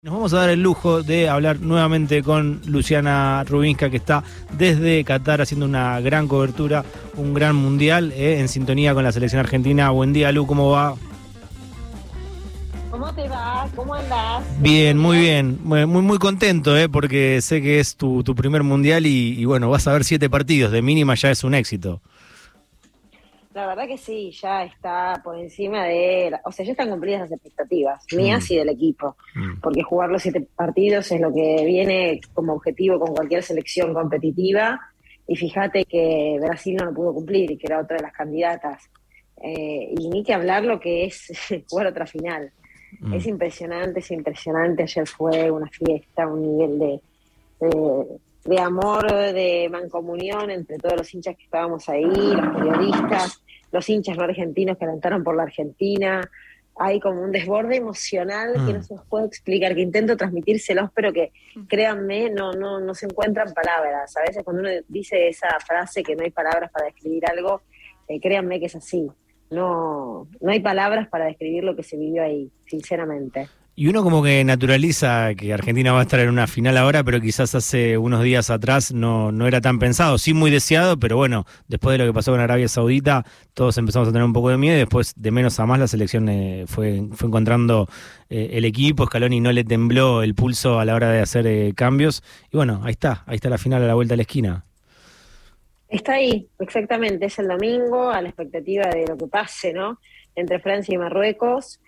Nos vamos a dar el lujo de hablar nuevamente con Luciana Rubinska, que está desde Qatar haciendo una gran cobertura, un gran mundial, en sintonía con la selección argentina. Buen día, Lu, ¿cómo va? ¿Cómo te va? ¿Cómo andás? Bien, muy bien, muy contento, porque sé que es tu primer mundial y bueno, vas a ver 7 partidos, de mínima ya es un éxito. La verdad que sí, ya está por encima o sea, ya están cumplidas las expectativas mías y del equipo, porque jugar los 7 partidos es lo que viene como objetivo con cualquier selección competitiva, y fíjate que Brasil no lo pudo cumplir, y que era otra de las candidatas, y ni que hablar lo que es jugar otra final. Es impresionante, ayer fue una fiesta, un nivel de amor, de mancomunión entre todos los hinchas que estábamos ahí, los periodistas, los hinchas no argentinos que alentaron por la Argentina. Hay como un desborde emocional que no se nos puede explicar, que intento transmitírselos, pero que, créanme, no se encuentran palabras. A veces cuando uno dice esa frase que no hay palabras para describir algo, créanme que es así. No hay palabras para describir lo que se vivió ahí, sinceramente. Y uno como que naturaliza que Argentina va a estar en una final ahora, pero quizás hace unos días atrás no era tan pensado, sí muy deseado, pero bueno, después de lo que pasó con Arabia Saudita, todos empezamos a tener un poco de miedo y después de menos a más la selección fue encontrando el equipo. Scaloni no le tembló el pulso a la hora de hacer cambios y bueno, ahí está la final a la vuelta de la esquina. Está ahí, exactamente, es el domingo, a la expectativa de lo que pase, ¿no? Entre Francia y Marruecos,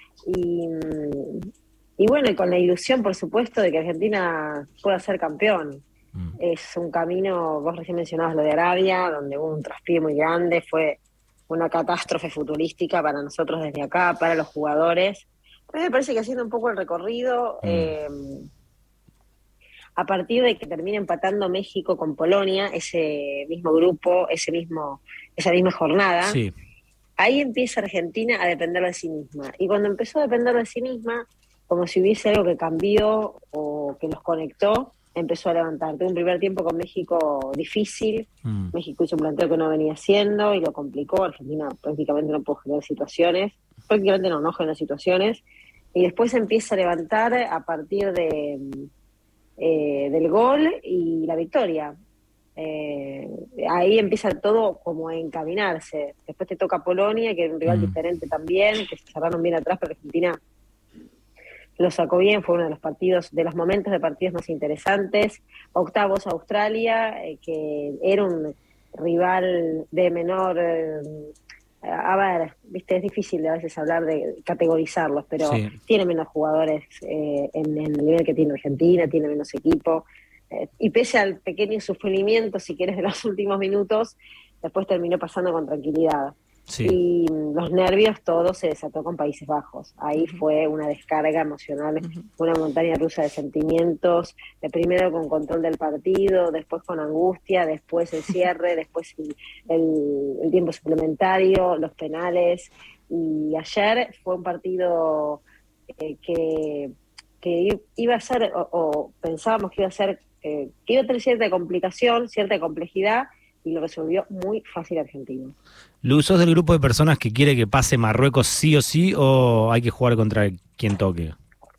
y bueno, y con la ilusión, por supuesto, de que Argentina pueda ser campeón. Es un camino, vos recién mencionabas lo de Arabia, donde hubo un traspié muy grande, fue una catástrofe futbolística para nosotros desde acá, para los jugadores. Pero me parece que haciendo un poco el recorrido, a partir de que termina empatando México con Polonia, ese mismo grupo, esa misma jornada, Sí. ahí empieza Argentina a depender de sí misma. Y cuando empezó a depender de sí misma, como si hubiese algo que cambió o que los conectó, empezó a levantar. Tuvo un primer tiempo con México difícil. México hizo un planteo que no venía haciendo y lo complicó. Argentina prácticamente no pudo generar situaciones. Prácticamente no generó situaciones. Y después empieza a levantar a partir del gol y la victoria. Ahí empieza todo como a encaminarse. Después te toca Polonia, que era un rival diferente también, que se cerraron bien atrás, pero Argentina lo sacó bien, fue uno de los partidos, de los momentos de partidos más interesantes. Octavos Australia, que era un rival de menor, a ver, viste, es difícil a veces hablar de categorizarlos, pero sí, tiene menos jugadores en el nivel que tiene Argentina, tiene menos equipo, y pese al pequeño sufrimiento, si quieres, de los últimos minutos, después terminó pasando con tranquilidad. Sí. Y los nervios, todo se desató con Países Bajos. Ahí fue una descarga emocional, una montaña rusa de sentimientos, de primero con control del partido, después con angustia, después el cierre, después el tiempo suplementario, los penales. Y ayer fue un partido que iba a ser, o pensábamos que iba a ser, que iba a tener cierta complicación, cierta complejidad, y lo resolvió muy fácil Argentina. Lu, ¿sos del grupo de personas que quiere que pase Marruecos sí o sí, o hay que jugar contra quien toque?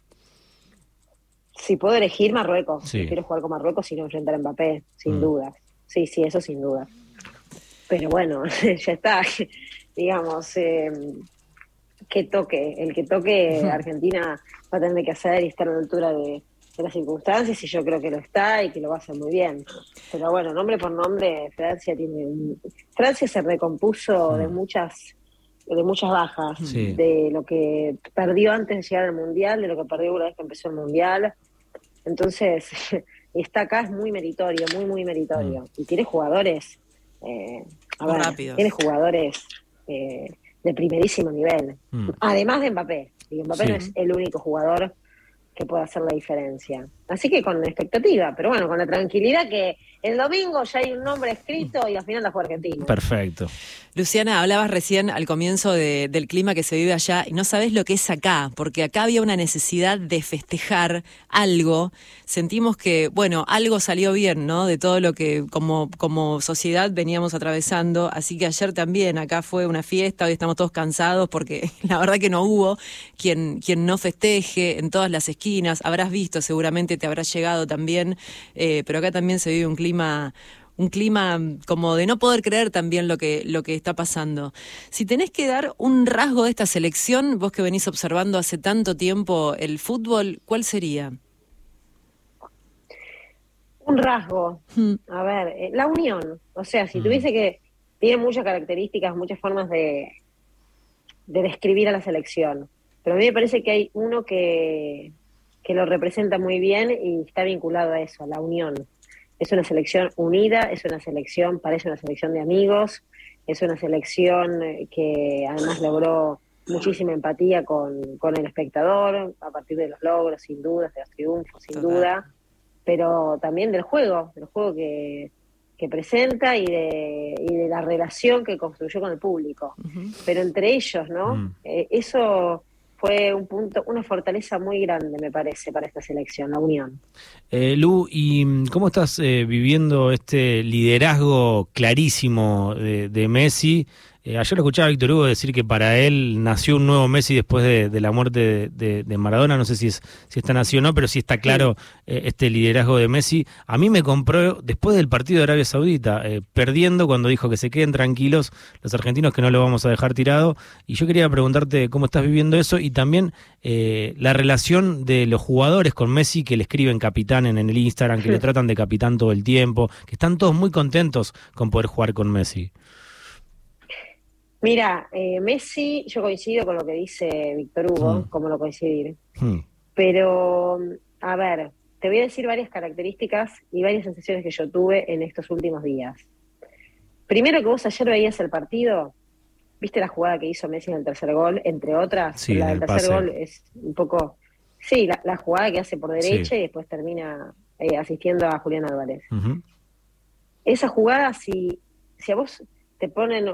Si puedo elegir Marruecos, sí, quiero jugar con Marruecos y no enfrentar a Mbappé, sin dudas. Sí, eso sin duda. Pero bueno, ya está, digamos, que toque, el que toque Argentina va a tener que hacer y estar a la altura de las circunstancias, y yo creo que lo está y que lo va a hacer muy bien. Pero bueno, nombre por nombre, Francia se recompuso de muchas bajas, de lo que perdió antes de llegar al Mundial, de lo que perdió una vez que empezó el Mundial. Entonces, está acá, es muy meritorio, muy meritorio. Y tiene jugadores, rápidos. Tiene jugadores de primerísimo nivel. Además de Mbappé. Y Mbappé no es el único jugador que puede hacer la diferencia. Así que con expectativa, pero bueno, con la tranquilidad que el domingo ya hay un nombre escrito y al final la juega Argentina. Perfecto. Luciana, hablabas recién al comienzo del clima que se vive allá y no sabés lo que es acá, porque acá había una necesidad de festejar algo. Sentimos que, bueno, algo salió bien, ¿no? De todo lo que como sociedad veníamos atravesando. Así que ayer también acá fue una fiesta, hoy estamos todos cansados porque la verdad que no hubo quien no festeje en todas las esquinas. Habrás visto, seguramente te habrá llegado también, pero acá también se vive un clima como de no poder creer también lo que está pasando. Si tenés que dar un rasgo de esta selección, vos que venís observando hace tanto tiempo el fútbol, ¿cuál sería? Un rasgo, a ver, la unión. O sea, si tuviese que, tiene muchas características, muchas formas de describir a la selección, pero a mí me parece que hay uno que lo representa muy bien y está vinculado a eso, a la unión. Es una selección unida, es una selección, parece una selección de amigos, es una selección que además logró muchísima empatía con el espectador, a partir de los logros, sin dudas, de los triunfos, sin duda, pero también del juego que presenta y de la relación que construyó con el público. Pero entre ellos, ¿no? Eso fue un punto, una fortaleza muy grande, me parece, para esta selección, la unión. Lu, ¿y cómo estás viviendo este liderazgo clarísimo de Messi? Ayer lo escuchaba a Víctor Hugo decir que para él nació un nuevo Messi después de la muerte de Maradona. No sé si está nacido o no, pero sí está claro este liderazgo de Messi. A mí me compró después del partido de Arabia Saudita, perdiendo, cuando dijo que se queden tranquilos los argentinos, que no lo vamos a dejar tirado. Y yo quería preguntarte cómo estás viviendo eso y también la relación de los jugadores con Messi, que le escriben capitán en el Instagram, que le tratan de capitán todo el tiempo, que están todos muy contentos con poder jugar con Messi. Mira, Messi, yo coincido con lo que dice Víctor Hugo, como no coincidir. Pero, a ver, te voy a decir varias características y varias sensaciones que yo tuve en estos últimos días. Primero, que vos ayer veías el partido, viste la jugada que hizo Messi en el tercer gol, entre otras. Sí, la del tercer pase. gol es un poco, sí, la jugada que hace por derecha y después termina asistiendo a Julián Álvarez. Esa jugada, si a vos te ponen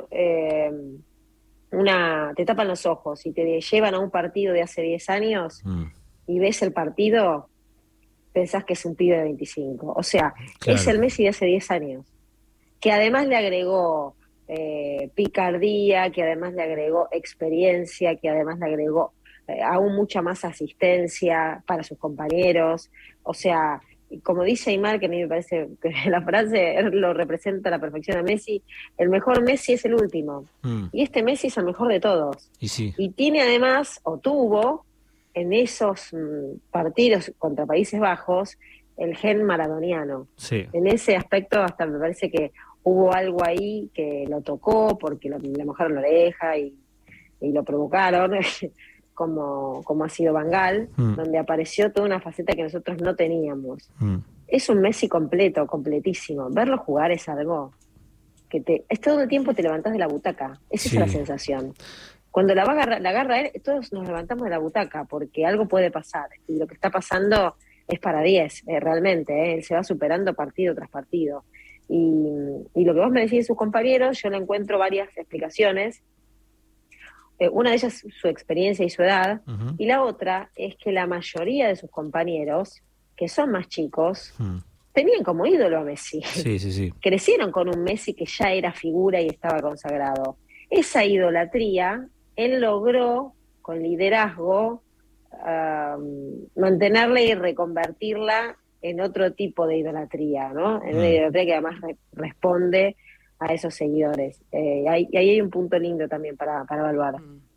te tapan los ojos y te llevan a un partido de hace 10 años y ves el partido, pensás que es un pibe de 25. O sea, claro, es el Messi de hace 10 años, que además le agregó picardía, que además le agregó experiencia, que además le agregó aún mucha más asistencia para sus compañeros. O sea, como dice Aymar, que a mí me parece que la frase lo representa a la perfección a Messi, el mejor Messi es el último. Y este Messi es el mejor de todos. Y tiene además, o tuvo, en esos partidos contra Países Bajos, el gen maradoniano. En ese aspecto hasta me parece que hubo algo ahí que lo tocó, porque le mojaron la oreja y lo provocaron, como ha sido Van Gaal, donde apareció toda una faceta que nosotros no teníamos. Es un Messi completo, completísimo. Verlo jugar es algo que es todo el tiempo te levantás de la butaca. Esa es la sensación. Cuando la agarra él, todos nos levantamos de la butaca, porque algo puede pasar. Y lo que está pasando es para 10, realmente. Él se va superando partido tras partido. Y lo que vos me decís de sus compañeros, yo le encuentro varias explicaciones. Una de ellas su experiencia y su edad, y la otra es que la mayoría de sus compañeros, que son más chicos, tenían como ídolo a Messi. Crecieron con un Messi que ya era figura y estaba consagrado. Esa idolatría, él logró, con liderazgo, mantenerla y reconvertirla en otro tipo de idolatría, ¿no? En una idolatría que además responde a esos seguidores. Ahí hay un punto lindo también para evaluar.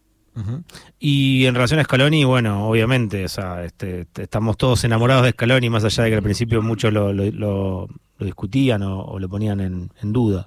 Y en relación a Scaloni, bueno, obviamente, o sea, estamos todos enamorados de Scaloni, más allá de que al principio muchos lo discutían o lo ponían en duda.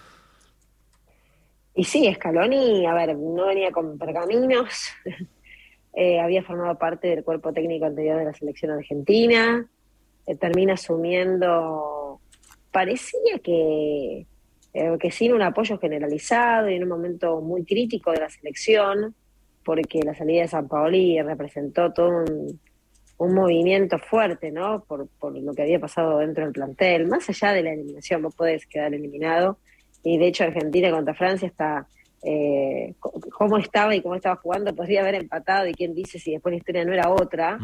Y sí, Scaloni, a ver, no venía con pergaminos, había formado parte del cuerpo técnico anterior de la selección argentina, termina asumiendo, parecía que sin un apoyo generalizado y en un momento muy crítico de la selección, porque la salida de Sampaoli representó todo un movimiento fuerte, ¿no? Por lo que había pasado dentro del plantel. Más allá de la eliminación, vos podés quedar eliminado. Y de hecho Argentina contra Francia está... cómo estaba y cómo estaba jugando, podría haber empatado y quién dice si después la historia no era otra,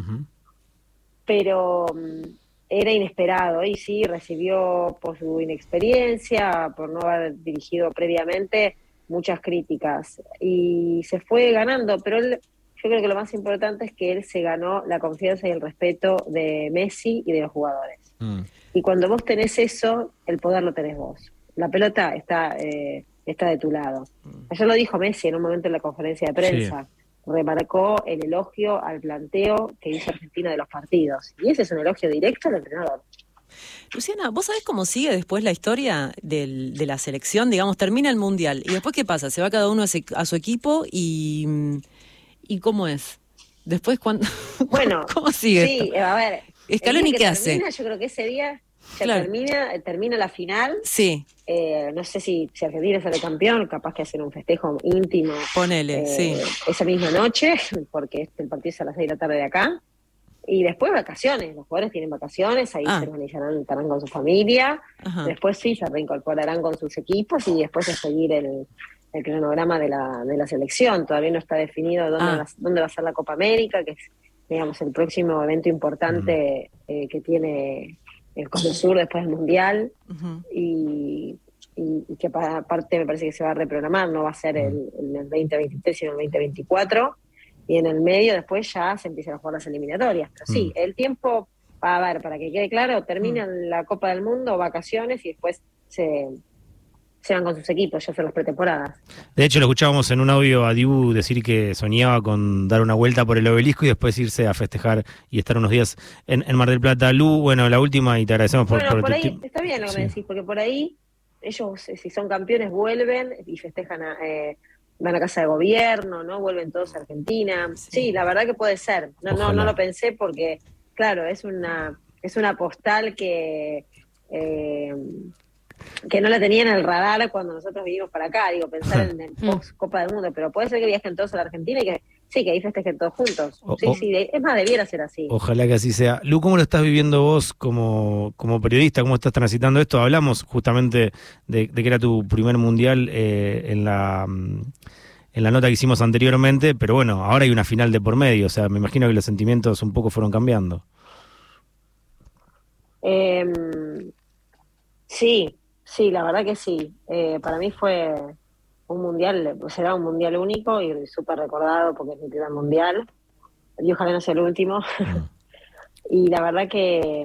pero era inesperado y sí recibió por su inexperiencia, por no haber dirigido previamente, muchas críticas y se fue ganando, pero yo creo que lo más importante es que él se ganó la confianza y el respeto de Messi y de los jugadores. Y cuando vos tenés eso, el poder lo tenés vos. La pelota está de tu lado. Ayer lo dijo Messi en un momento en la conferencia de prensa. Sí. Remarcó el elogio al planteo que hizo Argentina de los partidos. Y ese es un elogio directo al entrenador. Luciana, ¿vos sabés cómo sigue después la historia de la selección? Digamos, termina el Mundial. ¿Y después qué pasa? ¿Se va cada uno a su equipo? ¿Y cómo es? Después, ¿cuándo? Bueno, ¿cómo sigue sí, esto? A ver... ¿Scaloni qué hace? Yo creo que ese día ya claro. termina la final. Sí. No sé si Argentina sale campeón, capaz que hacen un festejo íntimo. Ponele, sí. Esa misma noche, porque el partido es a las 6 de la tarde de acá. Y después vacaciones, los jugadores tienen vacaciones, ahí se organizarán, estarán con su familia. Ajá. Después sí, se reincorporarán con sus equipos y después a seguir el cronograma de la selección. Todavía no está definido dónde va a ser la Copa América, que es, digamos, el próximo evento importante que tiene el Cono Sur después del Mundial, y que aparte me parece que se va a reprogramar, no va a ser el 2023 sino el 2024, y en el medio después ya se empiezan a jugar las eliminatorias. Pero sí, el tiempo, a ver, para que quede claro, terminan la Copa del Mundo, vacaciones, y después se van con sus equipos, ya son las pretemporadas. De hecho, lo escuchábamos en un audio a Dibu decir que soñaba con dar una vuelta por el Obelisco y después irse a festejar y estar unos días en Mar del Plata. Lu, bueno, la última, y te agradecemos por por ahí está bien lo que me decís, porque por ahí ellos, si son campeones, vuelven y festejan, van a casa de gobierno, ¿no? Vuelven todos a Argentina. Sí, la verdad que puede ser. No lo pensé porque, claro, es una postal que no la tenía en el radar cuando nosotros vinimos para acá, pensar en el post Copa del Mundo, pero puede ser que viajen todos a la Argentina y que ahí festejen todos juntos. Es más, debiera ser así. Ojalá que así sea. Lu, ¿cómo lo estás viviendo vos como periodista? ¿Cómo estás transitando esto? Hablamos justamente de que era tu primer mundial en la nota que hicimos anteriormente, pero bueno, ahora hay una final de por medio, o sea, me imagino que los sentimientos un poco fueron cambiando. Sí, la verdad que sí. Para mí fue un mundial, será un mundial único y súper recordado porque es mi primer mundial. Y ojalá no sea el último. Y la verdad que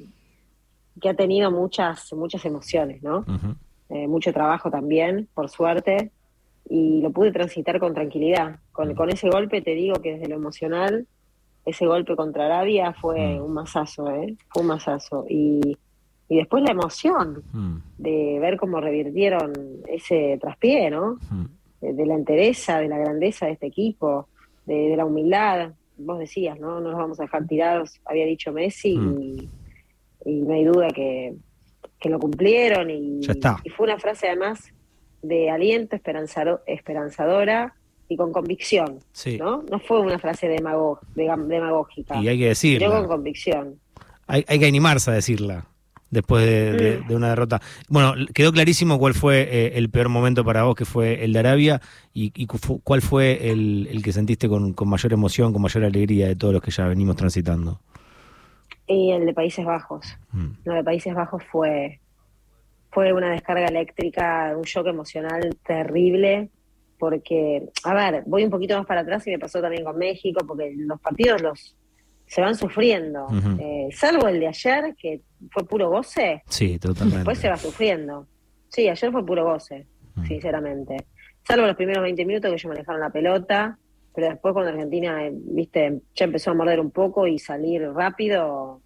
ha tenido muchas emociones, ¿no? Mucho trabajo también, por suerte. Y lo pude transitar con tranquilidad. Con ese golpe, te digo que desde lo emocional, ese golpe contra Arabia fue un masazo, Fue un masazo. Y después la emoción de ver cómo revirtieron ese traspié, ¿no? De la entereza, de la grandeza de este equipo, de la humildad. Vos decías, ¿no? No nos vamos a dejar tirados, había dicho Messi, y no hay duda que lo cumplieron. Y fue una frase además de aliento, esperanzadora y con convicción, ¿no? No fue una frase demagógica. Y hay que decirla. Yo con convicción. Hay que animarse a decirla. Después de una derrota. Bueno, quedó clarísimo cuál fue el peor momento para vos, que fue el de Arabia, y cuál fue el que sentiste con mayor emoción, con mayor alegría de todos los que ya venimos transitando. Y el de Países Bajos. No, de Países Bajos fue una descarga eléctrica, un shock emocional terrible, porque, a ver, voy un poquito más para atrás y me pasó también con México, porque los partidos se van sufriendo, salvo el de ayer, que fue puro goce. Sí, totalmente. Después se va sufriendo. Sí, ayer fue puro goce, sinceramente. Salvo los primeros 20 minutos que ellos manejaron la pelota, pero después cuando Argentina, ya empezó a morder un poco y salir rápido,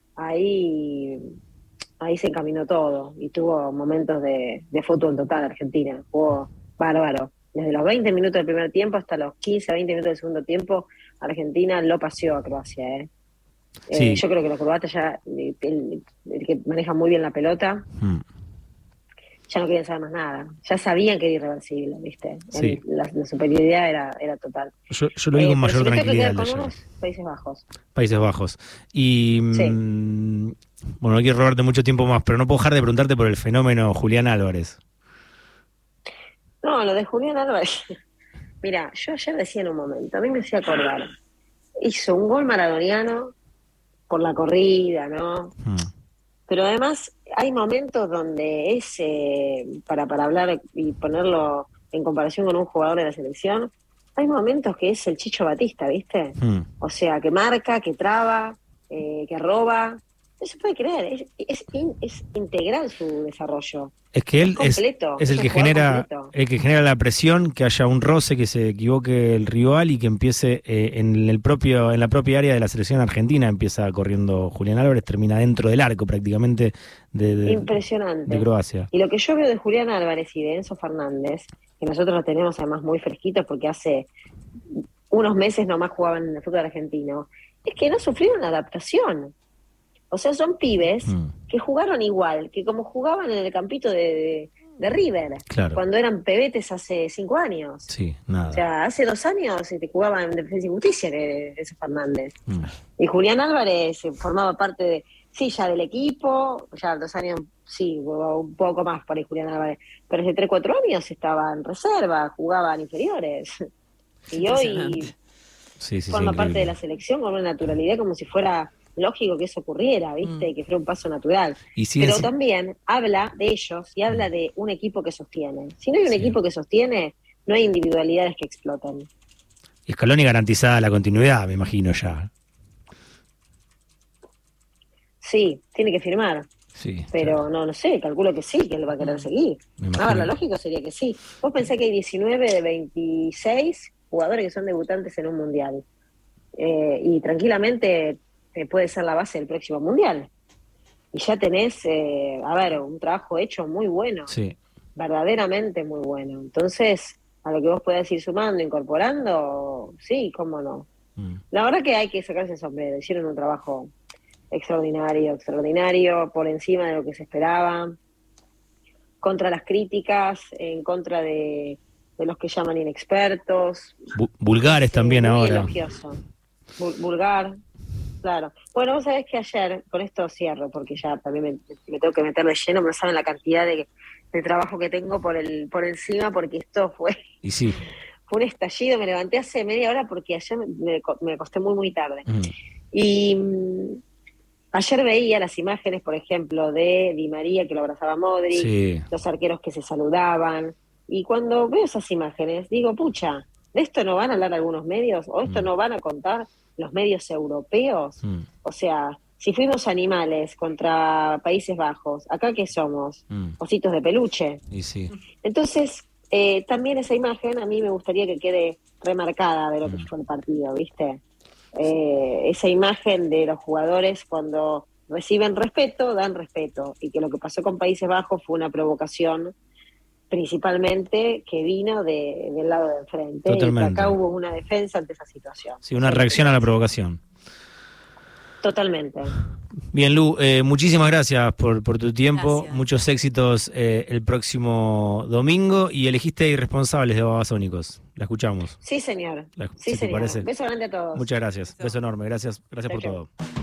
ahí se encaminó todo y tuvo momentos de fútbol total Argentina. Jugó bárbaro. Desde los 20 minutos del primer tiempo hasta los 15, 20 minutos del segundo tiempo, Argentina lo paseó a Croacia. Sí. Yo creo que los croatas ya, el que maneja muy bien la pelota, ya no querían saber más nada. Ya sabían que era irreversible, ¿viste? Sí. La superioridad era total. Yo lo vi con Pero mayor si me tengo que tranquilidad quedar el de con ayer. unos Países Bajos. Países Bajos. Y Sí. bueno, no quiero robarte mucho tiempo más, pero no puedo dejar de preguntarte por el fenómeno Julián Álvarez. No, lo de Julián Álvarez. Mira, yo ayer decía en un momento, a mí me hacía acordar, hizo un gol maradoniano por la corrida, ¿no? Pero además hay momentos donde es, para hablar y ponerlo en comparación con un jugador de la selección, hay momentos que es el Chicho Batista, ¿viste? O sea, que marca, que traba, que roba. No se puede creer, es integral su desarrollo. Es que él es completo, el un que jugador genera completo. la presión, que haya un roce, que se equivoque el rival y que empiece en la propia área de la selección argentina, empieza corriendo Julián Álvarez, termina dentro del arco prácticamente Impresionante. de Croacia. Y lo que yo veo de Julián Álvarez y de Enzo Fernández, que nosotros los tenemos además muy fresquitos porque hace unos meses nomás jugaban en el fútbol argentino, es que no sufrieron la adaptación. O sea, son pibes que jugaron igual, que como jugaban en el campito de River, Claro. cuando eran pebetes hace 5 años. Sí, nada. O sea, hace 2 años te jugaban en Defensa y Justicia, que Enzo Fernández. Y Julián Álvarez formaba parte ya del equipo, ya 2 años, sí, un poco más por ahí Julián Álvarez, pero hace 3, 4 años estaba en reserva, jugaba en inferiores. Y hoy forma parte de la selección con una naturalidad como si fuera lógico que eso ocurriera, ¿viste? Que fuera un paso natural. Pero también habla de ellos y habla de un equipo que sostiene. Si no hay un equipo que sostiene, no hay individualidades que explotan. Y Scaloni garantizada la continuidad, me imagino ya. Sí, tiene que firmar. Sí, pero claro. no sé, calculo que sí, que él va a querer seguir. A ver, lo lógico sería que sí. Vos pensás que hay 19 de 26 jugadores que son debutantes en un mundial. Y tranquilamente puede ser la base del próximo mundial. Y ya tenés, un trabajo hecho muy bueno. Sí. Verdaderamente muy bueno. Entonces, a lo que vos podés ir sumando, incorporando, sí, cómo no. La verdad que hay que sacarse el sombrero. Hicieron un trabajo extraordinario, por encima de lo que se esperaba, contra las críticas, en contra de los que llaman inexpertos. Vulgares también muy ahora. Elogioso. Vulgar, claro. Bueno, vos sabés que ayer, con esto cierro, porque ya también me tengo que meter de lleno, no saben la cantidad de trabajo que tengo por encima, porque esto fue... Y sí. Fue un estallido, me levanté hace media hora porque ayer me acosté muy tarde. Y ayer veía las imágenes, por ejemplo, de Di María que lo abrazaba a Modric, Sí. los arqueros que se saludaban, y cuando veo esas imágenes digo, pucha, ¿de esto no van a hablar algunos medios? ¿O esto no van a contar los medios europeos? O sea, si fuimos animales contra Países Bajos, ¿acá qué somos? Ositos de peluche. Y sí. Entonces, también esa imagen a mí me gustaría que quede remarcada de lo que fue el partido, ¿viste? Esa imagen de los jugadores cuando reciben respeto, dan respeto, y que lo que pasó con Países Bajos fue una provocación principalmente que vino del lado de enfrente. Totalmente. Y que acá hubo una defensa ante esa situación. Sí, una reacción a la provocación. Totalmente. Bien, Lu, muchísimas gracias por tu tiempo. Gracias. Muchos éxitos el próximo domingo. Y elegiste Irresponsables de Babasónicos. La escuchamos. Sí, señor. Si te parece. Beso grande a todos. Muchas gracias. Beso enorme. Gracias por Chau. todo.